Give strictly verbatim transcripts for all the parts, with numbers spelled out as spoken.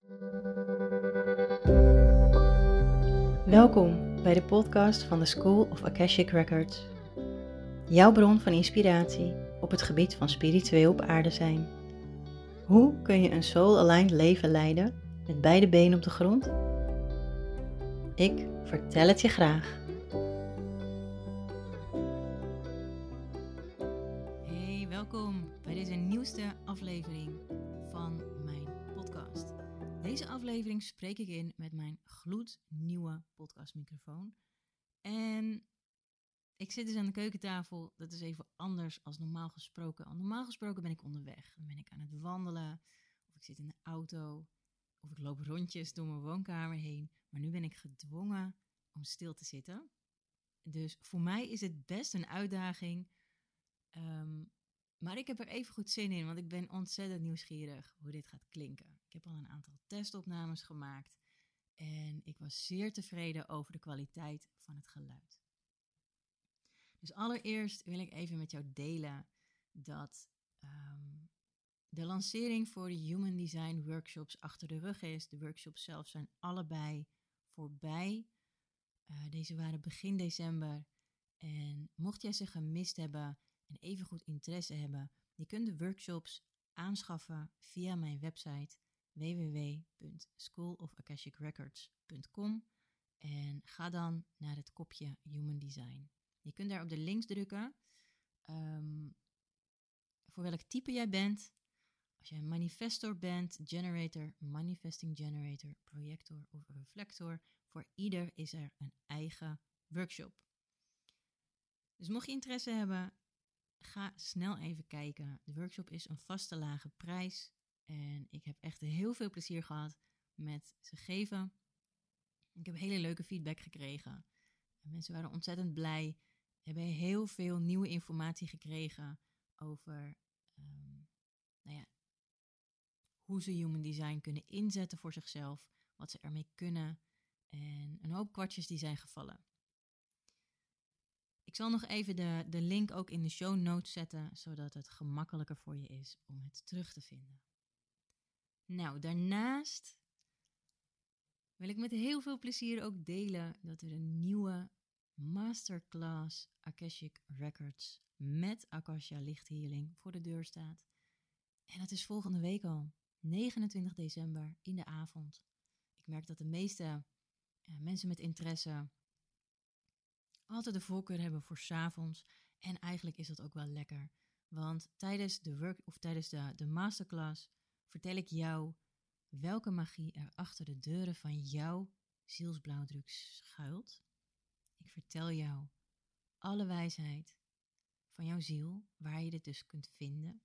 Welkom bij de podcast van de School of Akashic Records. Jouw bron van inspiratie op het gebied van spiritueel op aarde zijn. Hoe kun je een soul-aligned leven leiden met beide benen op de grond? Ik vertel het je graag. Hey, welkom bij deze nieuwste aflevering van mijn podcast. Deze aflevering spreek ik in met mijn gloednieuwe podcastmicrofoon. En ik zit dus aan de keukentafel. Dat is even anders als normaal gesproken. Al normaal gesproken ben ik onderweg. Dan ben ik aan het wandelen. Of ik zit in de auto. Of ik loop rondjes door mijn woonkamer heen. Maar nu ben ik gedwongen om stil te zitten. Dus voor mij is het best een uitdaging. Um, maar ik heb er even goed zin in. Want ik ben ontzettend nieuwsgierig hoe dit gaat klinken. Ik heb al een aantal testopnames gemaakt. En ik was zeer tevreden over de kwaliteit van het geluid. Dus allereerst wil ik even met jou delen dat um, de lancering voor de Human Design Workshops achter de rug is. De workshops zelf zijn allebei voorbij. Uh, deze waren begin december. En mocht jij ze gemist hebben en evengoed interesse hebben, je kunt de workshops aanschaffen via mijn website w w w punt school of akashic records punt com en ga dan naar het kopje Human Design. Je kunt daar op de links drukken um, voor welk type jij bent. Als jij een manifestor bent, generator, manifesting generator, projector of reflector, voor ieder is er een eigen workshop. Dus mocht je interesse hebben, ga snel even kijken. De workshop is een vaste lage prijs en ik heb echt heel veel plezier gehad met ze geven. Ik heb hele leuke feedback gekregen. Mensen waren ontzettend blij. Hebben heel veel nieuwe informatie gekregen over um, nou ja, hoe ze Human Design kunnen inzetten voor zichzelf, wat ze ermee kunnen en een hoop kwartjes die zijn gevallen. Ik zal nog even de, de link ook in de show notes zetten, zodat het gemakkelijker voor je is om het terug te vinden. Nou, daarnaast wil ik met heel veel plezier ook delen dat er een nieuwe masterclass Akashic Records met Akasha Lichthealing voor de deur staat. En dat is volgende week al, negenentwintig december in de avond. Ik merk dat de meeste uh, mensen met interesse altijd de voorkeur hebben voor 's avonds. En eigenlijk is dat ook wel lekker. Want tijdens de work of tijdens de, de masterclass vertel ik jou welke magie er achter de deuren van jouw zielsblauwdruk schuilt. Ik vertel jou alle wijsheid van jouw ziel, waar je dit dus kunt vinden.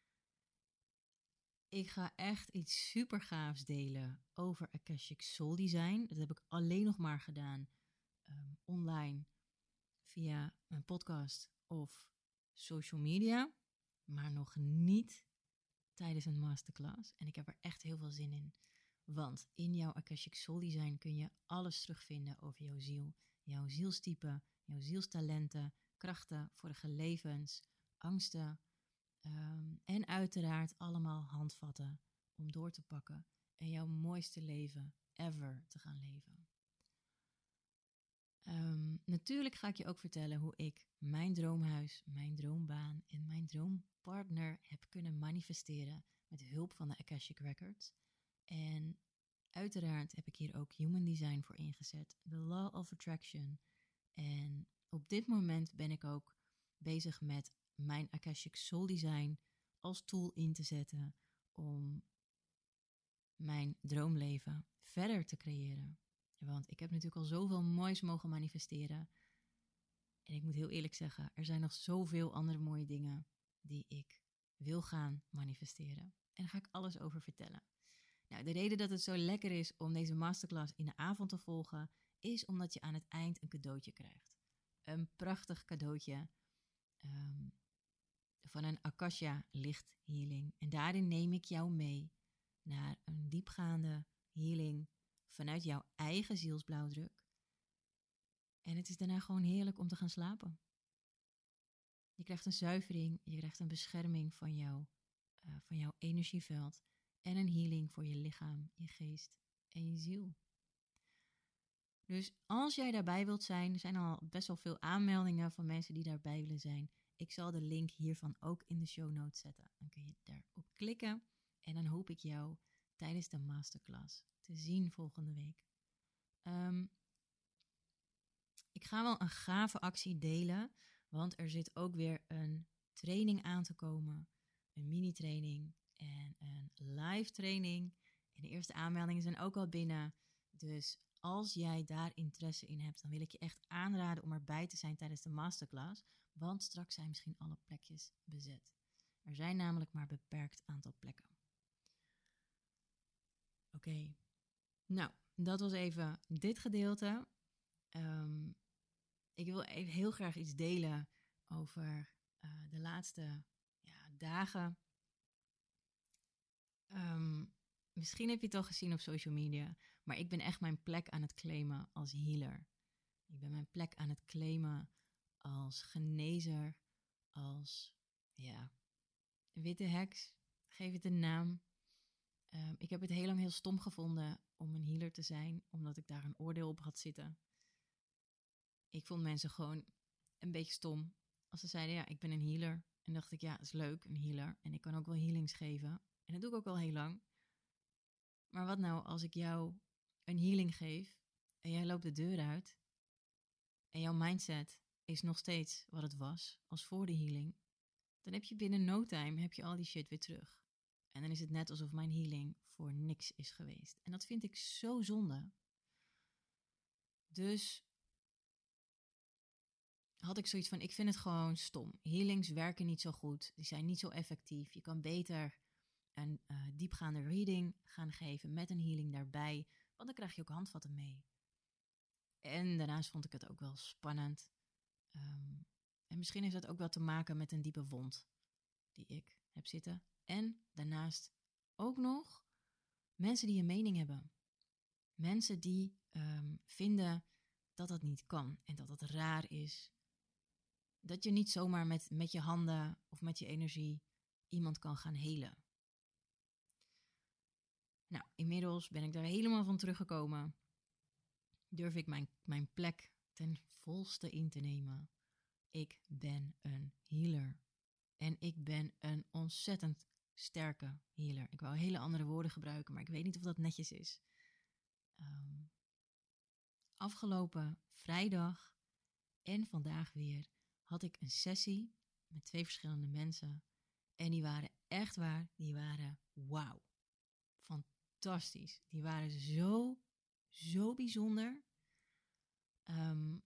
Ik ga echt iets super gaafs delen over Akashic Soul Design. Dat heb ik alleen nog maar gedaan um, online via mijn podcast of social media, maar nog niet tijdens een masterclass. En ik heb er echt heel veel zin in. Want in jouw Akashic Soul Design kun je alles terugvinden over jouw ziel. Jouw zielstype, jouw zielstalenten, krachten, vorige levens, angsten. Um, en uiteraard allemaal handvatten om door te pakken en jouw mooiste leven ever te gaan leven. Um, natuurlijk ga ik je ook vertellen hoe ik mijn droomhuis, mijn droombaan en mijn droompartner heb kunnen manifesteren met hulp van de Akashic Records. En uiteraard heb ik hier ook Human Design voor ingezet, de Law of Attraction. En op dit moment ben ik ook bezig met mijn Akashic Soul Design als tool in te zetten om mijn droomleven verder te creëren. Want ik heb natuurlijk al zoveel moois mogen manifesteren. En ik moet heel eerlijk zeggen, er zijn nog zoveel andere mooie dingen die ik wil gaan manifesteren. En daar ga ik alles over vertellen. Nou, de reden dat het zo lekker is om deze masterclass in de avond te volgen, is omdat je aan het eind een cadeautje krijgt. Een prachtig cadeautje um, van een Akasha lichthealing. En daarin neem ik jou mee naar een diepgaande healing vanuit jouw eigen zielsblauwdruk. En het is daarna gewoon heerlijk om te gaan slapen. Je krijgt een zuivering, je krijgt een bescherming van, jou, uh, van jouw energieveld. en een healing voor je lichaam, je geest en je ziel. Dus als jij daarbij wilt zijn, er zijn al best wel veel aanmeldingen van mensen die daarbij willen zijn. Ik zal de link hiervan ook in de show notes zetten. Dan kun je daarop klikken en dan hoop ik jou tijdens de masterclass te zien volgende week. Um, ik ga wel een gave actie delen, want er zit ook weer een training aan te komen. Een mini-training en een live training. En de eerste aanmeldingen zijn ook al binnen. Dus als jij daar interesse in hebt, dan wil ik je echt aanraden om erbij te zijn tijdens de masterclass. Want straks zijn misschien alle plekjes bezet. Er zijn namelijk maar een beperkt aantal plekken. Oké, okay. Nou, dat was even dit gedeelte. Um, ik wil even heel graag iets delen over uh, de laatste ja, dagen. Um, misschien heb je het al gezien op social media, maar ik ben echt mijn plek aan het claimen als healer. Ik ben mijn plek aan het claimen als genezer, als ja, witte heks. Geef het een naam. Um, ik heb het heel lang heel stom gevonden om een healer te zijn, omdat ik daar een oordeel op had zitten. Ik vond mensen gewoon een beetje stom. Als ze zeiden, ja, ik ben een healer. En dacht ik, ja, dat is leuk, een healer. En ik kan ook wel healings geven. En dat doe ik ook al heel lang. Maar wat nou als ik jou een healing geef en jij loopt de deur uit en jouw mindset is nog steeds wat het was als voor de healing, dan heb je binnen no time heb je al die shit weer terug. En dan is het net alsof mijn healing voor niks is geweest. En dat vind ik zo zonde. Dus had ik zoiets van, ik vind het gewoon stom. Healings werken niet zo goed. Die zijn niet zo effectief. Je kan beter een uh, diepgaande reading gaan geven met een healing daarbij. Want dan krijg je ook handvatten mee. En daarnaast vond ik het ook wel spannend. Um, en misschien heeft dat ook wel te maken met een diepe wond die ik heb zitten. En daarnaast ook nog mensen die een mening hebben. Mensen die um, vinden dat dat niet kan en dat dat raar is. Dat je niet zomaar met, met je handen of met je energie iemand kan gaan helen. Nou, inmiddels ben ik daar helemaal van teruggekomen. Durf ik mijn, mijn plek ten volste in te nemen. Ik ben een healer. En ik ben een ontzettend sterke healer. Ik wou hele andere woorden gebruiken, maar ik weet niet of dat netjes is. Um, afgelopen vrijdag en vandaag weer had ik een sessie met twee verschillende mensen. En die waren echt waar, die waren wauw. Fantastisch. Die waren zo, zo bijzonder. Um,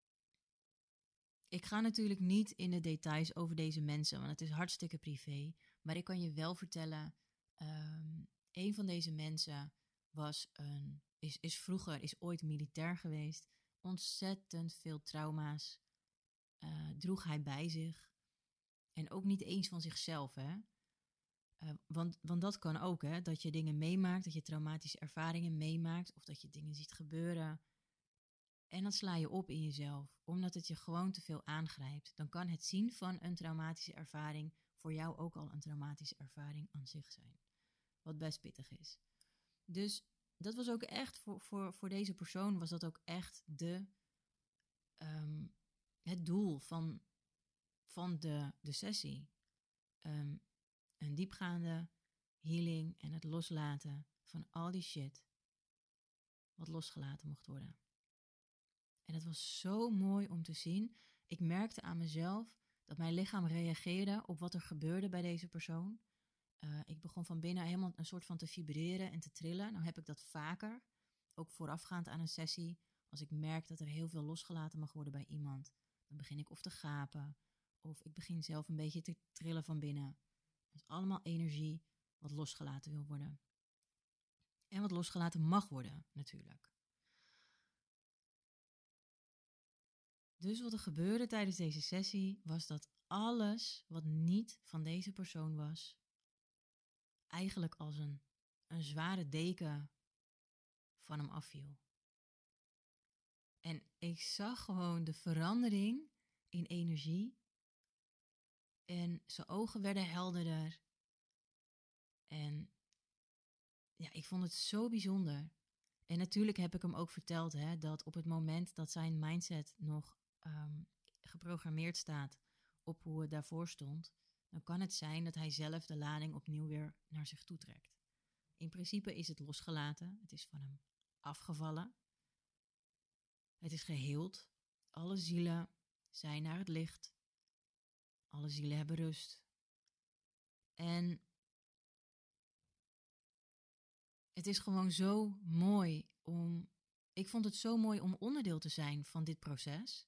ik ga natuurlijk niet in de details over deze mensen, want het is hartstikke privé. Maar ik kan je wel vertellen, um, een van deze mensen was een, is, is vroeger, is ooit militair geweest. Ontzettend veel trauma's uh, droeg hij bij zich. En ook niet eens van zichzelf, hè. Uh, want, want dat kan ook, hè. Dat je dingen meemaakt, dat je traumatische ervaringen meemaakt. Of dat je dingen ziet gebeuren. En dan sla je op in jezelf, omdat het je gewoon te veel aangrijpt. Dan kan het zien van een traumatische ervaring voor jou ook al een traumatische ervaring aan zich zijn. Wat best pittig is. Dus dat was ook echt, voor, voor, voor deze persoon was dat ook echt de, um, het doel van, van de, de sessie. Um, een diepgaande healing en het loslaten van al die shit wat losgelaten mocht worden. En het was zo mooi om te zien. Ik merkte aan mezelf dat mijn lichaam reageerde op wat er gebeurde bij deze persoon. Uh, ik begon van binnen helemaal een soort van te vibreren en te trillen. Nou heb ik dat vaker, ook voorafgaand aan een sessie. Als ik merk dat er heel veel losgelaten mag worden bij iemand, dan begin ik of te gapen, of ik begin zelf een beetje te trillen van binnen. Dat is allemaal energie wat losgelaten wil worden. En wat losgelaten mag worden, natuurlijk. Dus wat er gebeurde tijdens deze sessie was dat alles wat niet van deze persoon was, eigenlijk als een, een zware deken van hem afviel. En ik zag gewoon de verandering in energie. En zijn ogen werden helderder. En ja, ik vond het zo bijzonder. En natuurlijk heb ik hem ook verteld hè, dat op het moment dat zijn mindset nog um, geprogrammeerd staat op hoe het daarvoor stond, dan kan het zijn dat hij zelf de lading opnieuw weer naar zich toe trekt. In principe is het losgelaten, het is van hem afgevallen. Het is geheeld. Alle zielen zijn naar het licht. Alle zielen hebben rust. En het is gewoon zo mooi om... Ik vond het zo mooi om onderdeel te zijn van dit proces.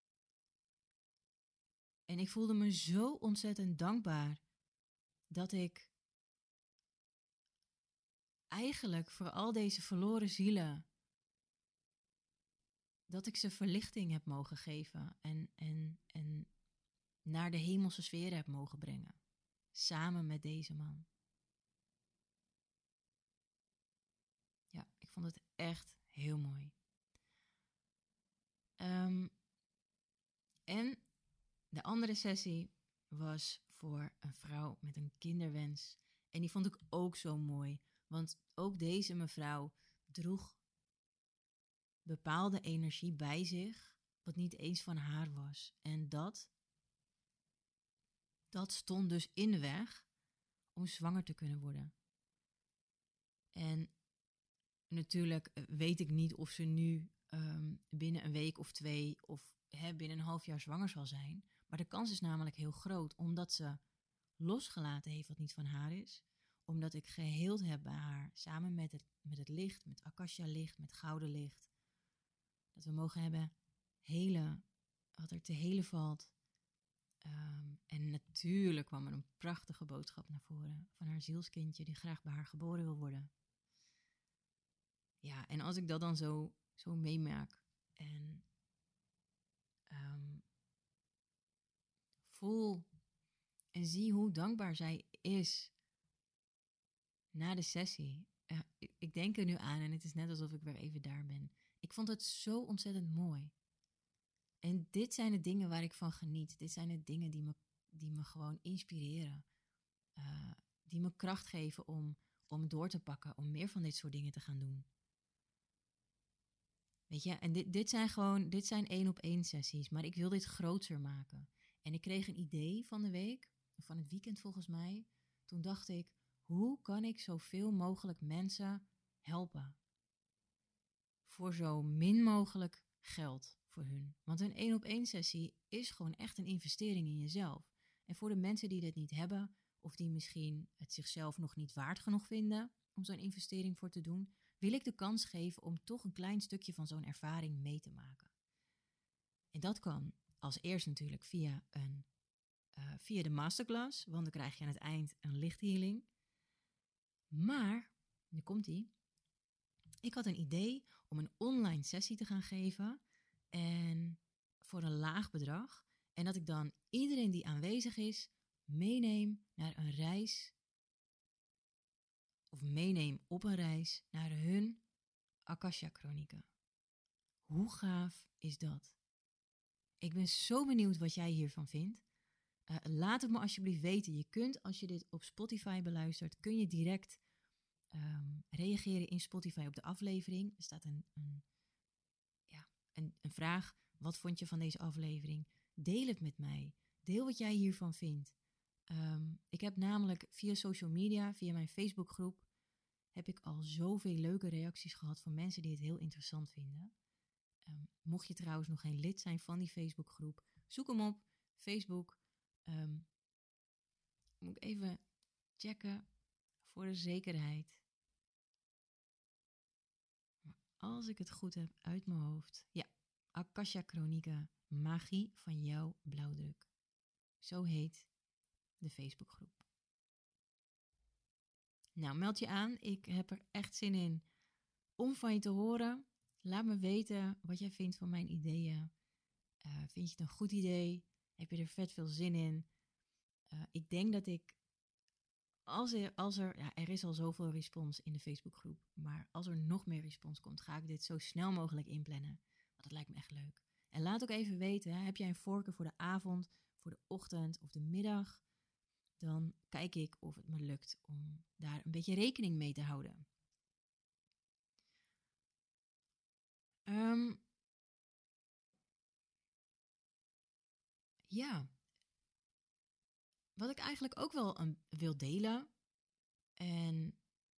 En ik voelde me zo ontzettend dankbaar dat ik eigenlijk voor al deze verloren zielen, dat ik ze verlichting heb mogen geven en, en, en naar de hemelse sferen heb mogen brengen. Samen met deze man. Ja, ik vond het echt heel mooi. Um, en de andere sessie was voor een vrouw met een kinderwens. En die vond ik ook zo mooi. Want ook deze mevrouw droeg bepaalde energie bij zich, wat niet eens van haar was. En dat, dat stond dus in de weg om zwanger te kunnen worden. En natuurlijk weet ik niet of ze nu um, binnen een week of twee of hè, binnen een half jaar zwanger zal zijn. Maar de kans is namelijk heel groot, omdat ze losgelaten heeft wat niet van haar is. Omdat ik geheeld heb bij haar, samen met het, met het licht, met akasha licht, met gouden licht. Dat we mogen hebben helen, wat er te helen valt. Um, en natuurlijk kwam er een prachtige boodschap naar voren van haar zielskindje die graag bij haar geboren wil worden. Ja, en als ik dat dan zo, zo meemaak en um, voel en zie hoe dankbaar zij is na de sessie. Uh, ik, ik denk er nu aan en het is net alsof ik weer even daar ben. Ik vond het zo ontzettend mooi. En dit zijn de dingen waar ik van geniet. Dit zijn de dingen die me, die me gewoon inspireren. Uh, die me kracht geven om, om door te pakken, om meer van dit soort dingen te gaan doen. Weet je, en dit, dit zijn gewoon, dit zijn één op één sessies, maar ik wil dit groter maken. En ik kreeg een idee van de week, van het weekend volgens mij. Toen dacht ik, hoe kan ik zoveel mogelijk mensen helpen? Voor zo min mogelijk geld voor hun. Want een één op één sessie is gewoon echt een investering in jezelf. En voor de mensen die dit niet hebben, of die misschien het zichzelf nog niet waard genoeg vinden om zo'n investering voor te doen, wil ik de kans geven om toch een klein stukje van zo'n ervaring mee te maken. En dat kan als eerst natuurlijk via, een, uh, via de masterclass, want dan krijg je aan het eind een lichthealing. Maar, nu komt ie, ik had een idee om een online sessie te gaan geven en voor een laag bedrag. En dat ik dan iedereen die aanwezig is meeneem naar een reis of meeneem op een reis naar hun Akasha-chronieken. Hoe gaaf is dat? Ik ben zo benieuwd wat jij hiervan vindt. Uh, laat het me alsjeblieft weten. Je kunt, als je dit op Spotify beluistert, kun je direct um, reageren in Spotify op de aflevering. Er staat een, een, ja, een, een vraag. Wat vond je van deze aflevering? Deel het met mij. Deel wat jij hiervan vindt. Um, ik heb namelijk via social media, via mijn Facebookgroep, heb ik al zoveel leuke reacties gehad van mensen die het heel interessant vinden. Um, mocht je trouwens nog geen lid zijn van die Facebookgroep, zoek hem op, Facebook. Um, moet ik even checken voor de zekerheid. Maar als ik het goed heb uit mijn hoofd. Ja, Akasha Chronieken, magie van jouw blauwdruk. Zo heet de Facebookgroep. Nou, meld je aan. Ik heb er echt zin in om van je te horen. Laat me weten wat jij vindt van mijn ideeën. Uh, vind je het een goed idee? Heb je er vet veel zin in? Uh, ik denk dat ik, als er, als er, ja, er is al zoveel respons in de Facebookgroep, maar als er nog meer respons komt, ga ik dit zo snel mogelijk inplannen. Want dat lijkt me echt leuk. En laat ook even weten, hè, heb jij een voorkeur voor de avond, voor de ochtend of de middag? Dan kijk ik of het me lukt om daar een beetje rekening mee te houden. ja, wat ik eigenlijk ook wel um, wil delen. En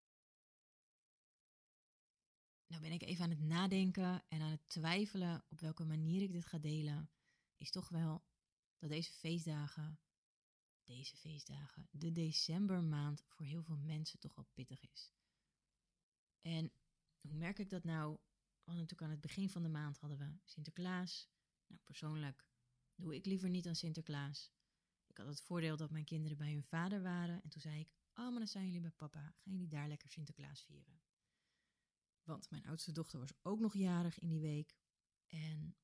nou ben ik even aan het nadenken en aan het twijfelen op welke manier ik dit ga delen. Is toch wel dat deze feestdagen, deze feestdagen, de decembermaand voor heel veel mensen toch wel pittig is. En hoe merk ik dat nou? We hadden natuurlijk aan het begin van de maand hadden we Sinterklaas. Nou, persoonlijk doe ik liever niet aan Sinterklaas. Ik had het voordeel dat mijn kinderen bij hun vader waren. En toen zei ik, oh, maar dan zijn jullie bij papa. Gaan jullie daar lekker Sinterklaas vieren? Want mijn oudste dochter was ook nog jarig in die week. En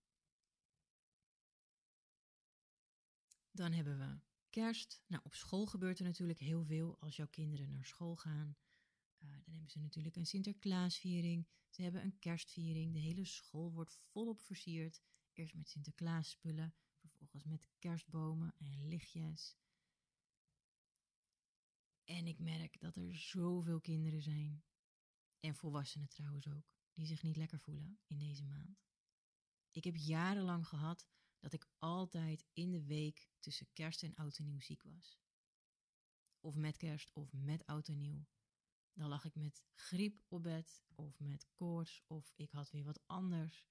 dan hebben we kerst. Nou, op school gebeurt er natuurlijk heel veel als jouw kinderen naar school gaan. Uh, dan hebben ze natuurlijk een Sinterklaasviering. Ze hebben een kerstviering. De hele school wordt volop versierd. Eerst met Sinterklaasspullen, vervolgens met kerstbomen en lichtjes. En ik merk dat er zoveel kinderen zijn, en volwassenen trouwens ook, die zich niet lekker voelen in deze maand. Ik heb jarenlang gehad dat ik altijd in de week tussen kerst en oud en nieuw ziek was. Of met kerst of met oud en nieuw. Dan lag ik met griep op bed of met koorts of ik had weer wat anders.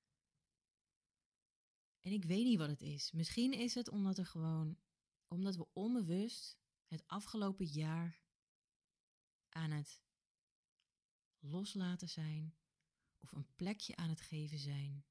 En ik weet niet wat het is. Misschien is het omdat er gewoon, omdat we onbewust het afgelopen jaar aan het loslaten zijn of een plekje aan het geven zijn.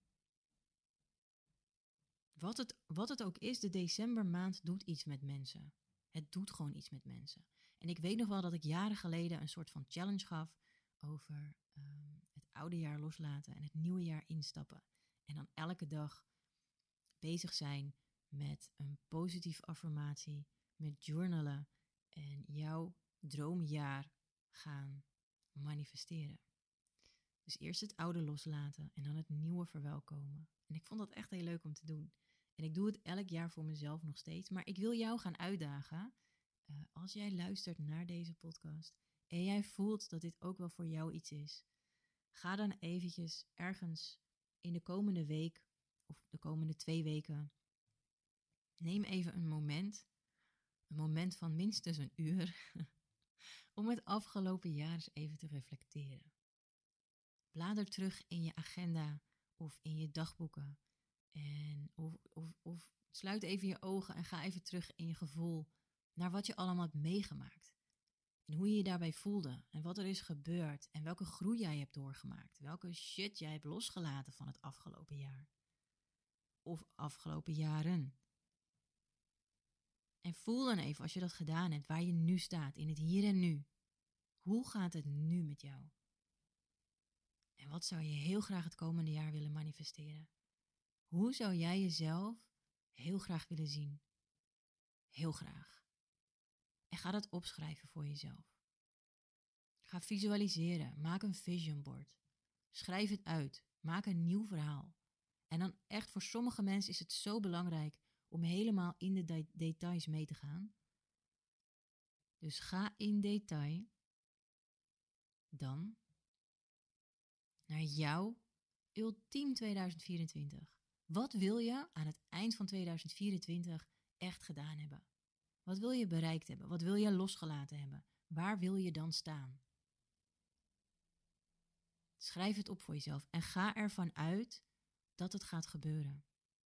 Wat het, wat het ook is, de decembermaand doet iets met mensen. Het doet gewoon iets met mensen. En ik weet nog wel dat ik jaren geleden een soort van challenge gaf over um, het oude jaar loslaten en het nieuwe jaar instappen. En dan elke dag bezig zijn met een positieve affirmatie, met journalen en jouw droomjaar gaan manifesteren. Dus eerst het oude loslaten en dan het nieuwe verwelkomen. En ik vond dat echt heel leuk om te doen. En ik doe het elk jaar voor mezelf nog steeds. Maar ik wil jou gaan uitdagen. Uh, als jij luistert naar deze podcast en jij voelt dat dit ook wel voor jou iets is. Ga dan eventjes ergens in de komende week of de komende twee weken. Neem even een moment. Een moment van minstens een uur. om het afgelopen jaar eens even te reflecteren. Blader terug in je agenda of in je dagboeken. En of, of, of sluit even je ogen en ga even terug in je gevoel naar wat je allemaal hebt meegemaakt. En hoe je je daarbij voelde en wat er is gebeurd en welke groei jij hebt doorgemaakt. Welke shit jij hebt losgelaten van het afgelopen jaar. Of afgelopen jaren. En voel dan even als je dat gedaan hebt waar je nu staat, in het hier en nu. Hoe gaat het nu met jou? En wat zou je heel graag het komende jaar willen manifesteren? Hoe zou jij jezelf heel graag willen zien? Heel graag. En ga dat opschrijven voor jezelf. Ga visualiseren. Maak een vision board. Schrijf het uit. Maak een nieuw verhaal. En dan echt voor sommige mensen is het zo belangrijk om helemaal in de de- details mee te gaan. Dus ga in detail dan naar jouw ultiem tweeduizend vierentwintig. Wat wil je aan het eind van tweeduizend vierentwintig echt gedaan hebben? Wat wil je bereikt hebben? Wat wil je losgelaten hebben? Waar wil je dan staan? Schrijf het op voor jezelf en ga ervan uit dat het gaat gebeuren.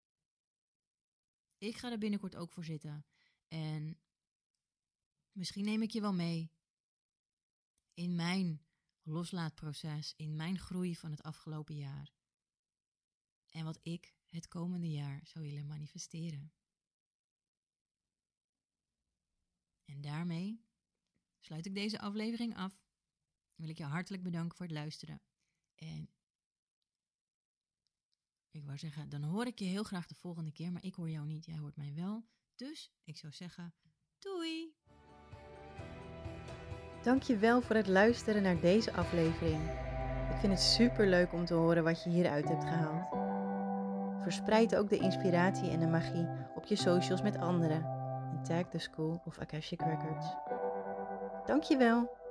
Ik ga er binnenkort ook voor zitten en misschien neem ik je wel mee in mijn loslaatproces, in mijn groei van het afgelopen jaar. En wat ik het komende jaar zou willen manifesteren. En daarmee sluit ik deze aflevering af. Wil ik je hartelijk bedanken voor het luisteren. En ik wou zeggen, dan hoor ik je heel graag de volgende keer, maar ik hoor jou niet, jij hoort mij wel. Dus ik zou zeggen, doei! Dankjewel voor het luisteren naar deze aflevering. Ik vind het super leuk om te horen wat je hieruit hebt gehaald. Verspreid ook de inspiratie en de magie op je socials met anderen. En tag The School of Akashic Records. Dankjewel!